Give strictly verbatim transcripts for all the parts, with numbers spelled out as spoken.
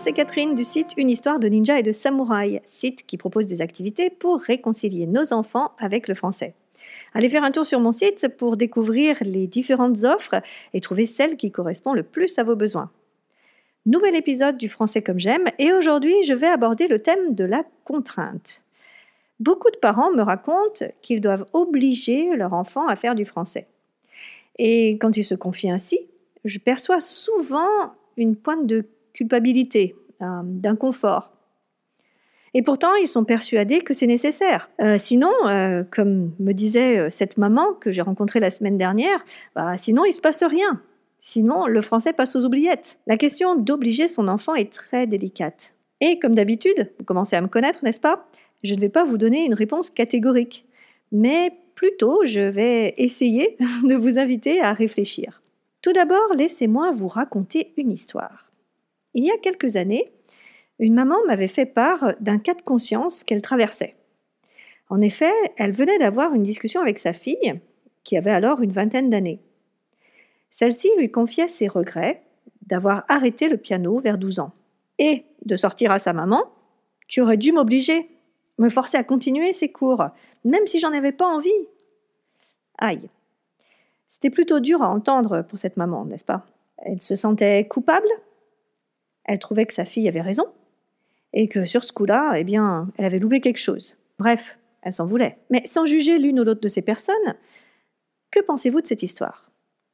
c'est Catherine du site Une histoire de ninja et de samouraï, site qui propose des activités pour réconcilier nos enfants avec le français. Allez faire un tour sur mon site pour découvrir les différentes offres et trouver celle qui correspond le plus à vos besoins. Nouvel épisode du Français comme j'aime et aujourd'hui je vais aborder le thème de la contrainte. Beaucoup de parents me racontent qu'ils doivent obliger leur enfant à faire du français. Et quand ils se confient ainsi, je perçois souvent une pointe de culpabilité, euh, d'inconfort. Et pourtant, ils sont persuadés que c'est nécessaire. Euh, sinon, euh, comme me disait cette maman que j'ai rencontrée la semaine dernière, bah, sinon il ne se passe rien. Sinon, le français passe aux oubliettes. La question d'obliger son enfant est très délicate. Et comme d'habitude, vous commencez à me connaître, n'est-ce pas ? Je ne vais pas vous donner une réponse catégorique, mais plutôt je vais essayer de vous inviter à réfléchir. Tout d'abord, laissez-moi vous raconter une histoire. Il y a quelques années, une maman m'avait fait part d'un cas de conscience qu'elle traversait. En effet, elle venait d'avoir une discussion avec sa fille, qui avait alors une vingtaine d'années. Celle-ci lui confiait ses regrets d'avoir arrêté le piano vers douze ans et de sortir à sa maman « Tu aurais dû m'obliger, me forcer à continuer ces cours, même si j'en avais pas envie. » Aïe. C'était plutôt dur à entendre pour cette maman, n'est-ce pas ? Elle se sentait coupable. Elle trouvait que sa fille avait raison et que sur ce coup-là, eh bien, elle avait loupé quelque chose. Bref, elle s'en voulait. Mais sans juger l'une ou l'autre de ces personnes, que pensez-vous de cette histoire ?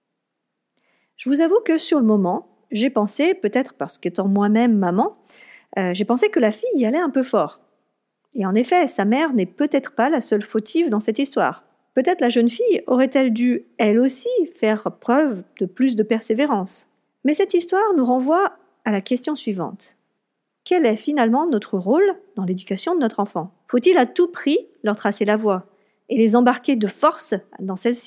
Je vous avoue que sur le moment, j'ai pensé, peut-être parce qu'étant moi-même maman, euh, j'ai pensé que la fille y allait un peu fort. Et en effet, sa mère n'est peut-être pas la seule fautive dans cette histoire. Peut-être la jeune fille aurait-elle dû, elle aussi, faire preuve de plus de persévérance. Mais cette histoire nous renvoie à la question suivante. Quel est finalement notre rôle dans l'éducation de notre enfant ? Faut-il à tout prix leur tracer la voie et les embarquer de force dans celle-ci ?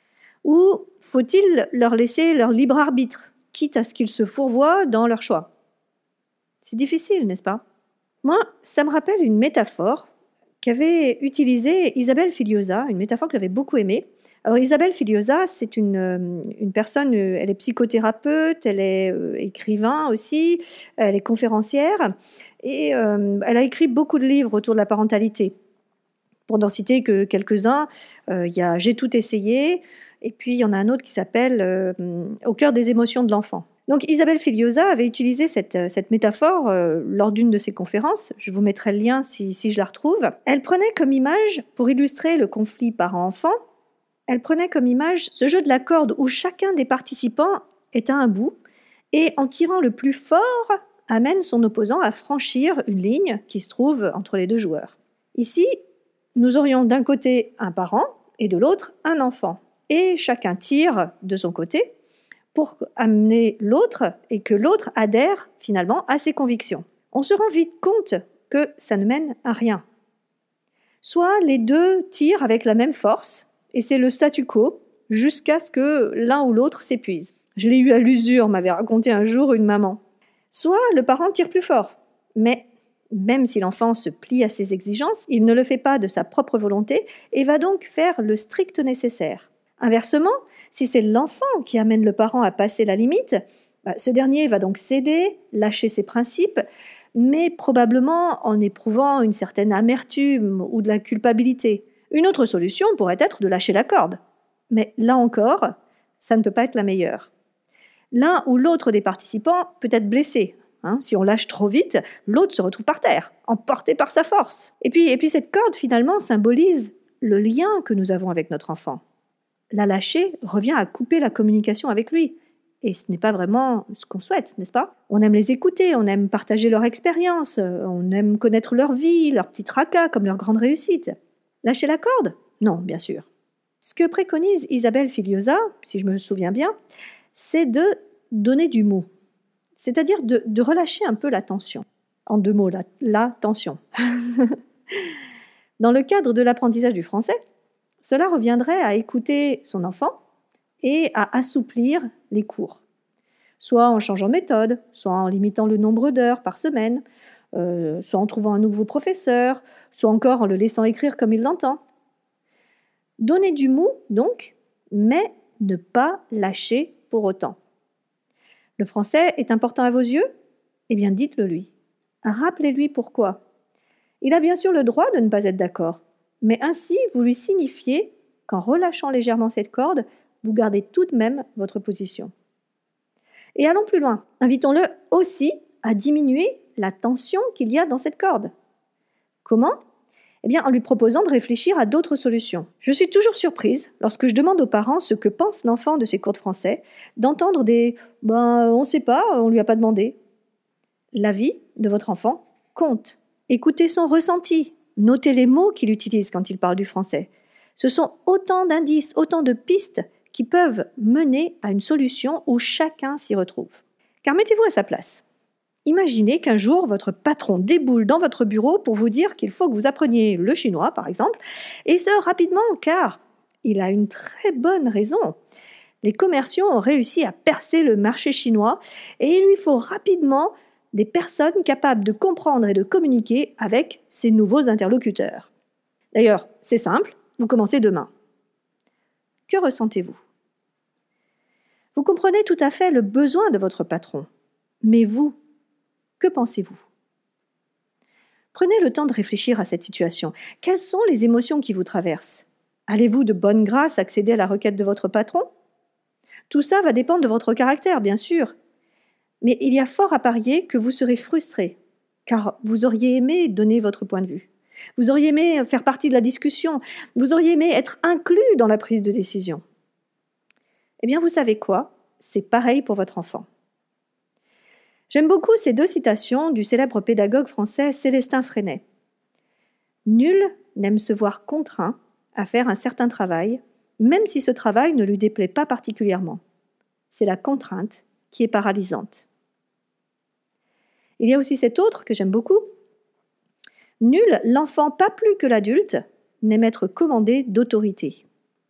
Ou faut-il leur laisser leur libre arbitre, quitte à ce qu'ils se fourvoient dans leur choix ? C'est difficile, n'est-ce pas ? Moi, ça me rappelle une métaphore qu'avait utilisée Isabelle Filiosa, une métaphore que j'avais beaucoup aimée. Alors Isabelle Filiosa, c'est une, une personne, elle est psychothérapeute, elle est euh, écrivain aussi, elle est conférencière et euh, elle a écrit beaucoup de livres autour de la parentalité. Pour n'en citer que quelques-uns, euh, il y a « J'ai tout essayé » et puis il y en a un autre qui s'appelle euh, « Au cœur des émotions de l'enfant ». Donc Isabelle Filiosa avait utilisé cette, cette métaphore euh, lors d'une de ses conférences. Je vous mettrai le lien si, si je la retrouve. Elle prenait comme image, pour illustrer le conflit parent-enfant, elle prenait comme image ce jeu de la corde où chacun des participants est à un bout et en tirant le plus fort, amène son opposant à franchir une ligne qui se trouve entre les deux joueurs. Ici, nous aurions d'un côté un parent et de l'autre un enfant. Et chacun tire de son côté pour amener l'autre et que l'autre adhère finalement à ses convictions. On se rend vite compte que ça ne mène à rien. Soit les deux tirent avec la même force, et c'est le statu quo, jusqu'à ce que l'un ou l'autre s'épuise. Je l'ai eu à l'usure, m'avait raconté un jour une maman. Soit le parent tire plus fort, mais même si l'enfant se plie à ses exigences, il ne le fait pas de sa propre volonté et va donc faire le strict nécessaire. Inversement, si c'est l'enfant qui amène le parent à passer la limite, bah, ce dernier va donc céder, lâcher ses principes, mais probablement en éprouvant une certaine amertume ou de la culpabilité. Une autre solution pourrait être de lâcher la corde. Mais là encore, ça ne peut pas être la meilleure. L'un ou l'autre des participants peut être blessé. Hein, si on lâche trop vite, l'autre se retrouve par terre, emporté par sa force. Et puis, et puis cette corde, finalement, symbolise le lien que nous avons avec notre enfant. La lâcher revient à couper la communication avec lui. Et ce n'est pas vraiment ce qu'on souhaite, n'est-ce pas ? On aime les écouter, on aime partager leur expérience, on aime connaître leur vie, leurs petits tracas comme leurs grandes réussites. Lâcher la corde ? Non, bien sûr. Ce que préconise Isabelle Filiosa, si je me souviens bien, c'est de donner du mou. C'est-à-dire de, de relâcher un peu la tension. En deux mots, la, la tension. Dans le cadre de l'apprentissage du français, cela reviendrait à écouter son enfant et à assouplir les cours. Soit en changeant de méthode, soit en limitant le nombre d'heures par semaine, euh, soit en trouvant un nouveau professeur, soit encore en le laissant écrire comme il l'entend. Donner du mou, donc, mais ne pas lâcher pour autant. Le français est important à vos yeux ? Eh bien, dites-le lui. Rappelez-lui pourquoi. Il a bien sûr le droit de ne pas être d'accord, mais ainsi vous lui signifiez qu'en relâchant légèrement cette corde, vous gardez tout de même votre position. Et allons plus loin. Invitons-le aussi à diminuer la tension qu'il y a dans cette corde. Comment ? Eh bien, en lui proposant de réfléchir à d'autres solutions. Je suis toujours surprise, lorsque je demande aux parents ce que pense l'enfant de ces cours de français, d'entendre des « ben, on ne sait pas, on ne lui a pas demandé ». L'avis de votre enfant compte. Écoutez son ressenti, notez les mots qu'il utilise quand il parle du français. Ce sont autant d'indices, autant de pistes qui peuvent mener à une solution où chacun s'y retrouve. Car mettez-vous à sa place. Imaginez qu'un jour, votre patron déboule dans votre bureau pour vous dire qu'il faut que vous appreniez le chinois, par exemple, et ce rapidement, car il a une très bonne raison. Les commerciaux ont réussi à percer le marché chinois et il lui faut rapidement des personnes capables de comprendre et de communiquer avec ces nouveaux interlocuteurs. D'ailleurs, c'est simple, vous commencez demain. Que ressentez-vous ? Vous comprenez tout à fait le besoin de votre patron, mais vous, que pensez-vous ? Prenez le temps de réfléchir à cette situation. Quelles sont les émotions qui vous traversent ? Allez-vous de bonne grâce accéder à la requête de votre patron ? Tout ça va dépendre de votre caractère, bien sûr. Mais il y a fort à parier que vous serez frustré, car vous auriez aimé donner votre point de vue. Vous auriez aimé faire partie de la discussion. Vous auriez aimé être inclus dans la prise de décision. Eh bien, vous savez quoi ? C'est pareil pour votre enfant. J'aime beaucoup ces deux citations du célèbre pédagogue français Célestin Freinet. « Nul n'aime se voir contraint à faire un certain travail, même si ce travail ne lui déplaît pas particulièrement. C'est la contrainte qui est paralysante. » Il y a aussi cet autre que j'aime beaucoup. « Nul, l'enfant pas plus que l'adulte, n'aime être commandé d'autorité. »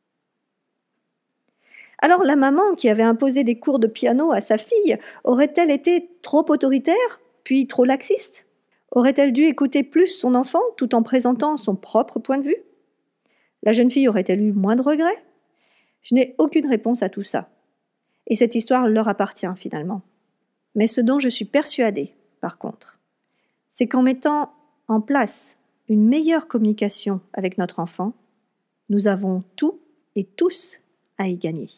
Alors la maman qui avait imposé des cours de piano à sa fille, aurait-elle été trop autoritaire, puis trop laxiste ? Aurait-elle dû écouter plus son enfant tout en présentant son propre point de vue ? La jeune fille aurait-elle eu moins de regrets ? Je n'ai aucune réponse à tout ça. Et cette histoire leur appartient finalement. Mais ce dont je suis persuadée, par contre, c'est qu'en mettant en place une meilleure communication avec notre enfant, nous avons tout et tous à y gagner.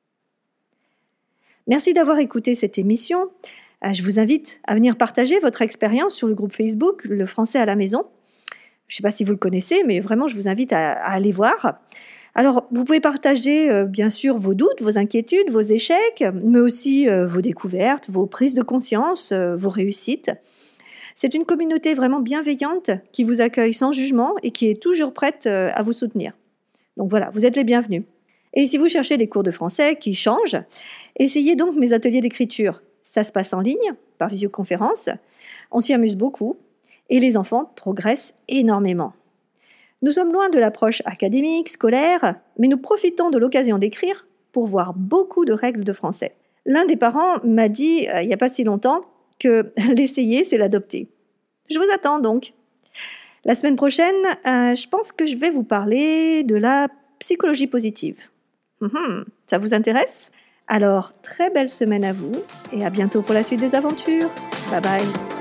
Merci d'avoir écouté cette émission. Je vous invite à venir partager votre expérience sur le groupe Facebook Le Français à la maison. Je ne sais pas si vous le connaissez, mais vraiment, je vous invite à, à aller voir. Alors, vous pouvez partager, euh, bien sûr, vos doutes, vos inquiétudes, vos échecs, mais aussi euh, vos découvertes, vos prises de conscience, euh, vos réussites. C'est une communauté vraiment bienveillante qui vous accueille sans jugement et qui est toujours prête euh, à vous soutenir. Donc voilà, vous êtes les bienvenus. Et si vous cherchez des cours de français qui changent, essayez donc mes ateliers d'écriture. Ça se passe en ligne, par visioconférence. On s'y amuse beaucoup et les enfants progressent énormément. Nous sommes loin de l'approche académique, scolaire, mais nous profitons de l'occasion d'écrire pour voir beaucoup de règles de français. L'un des parents m'a dit, euh, il n'y a pas si longtemps, que l'essayer, c'est l'adopter. Je vous attends donc. La semaine prochaine, euh, je pense que je vais vous parler de la psychologie positive. Mmh, ça vous intéresse ? Alors, très belle semaine à vous et à bientôt pour la suite des aventures. Bye bye.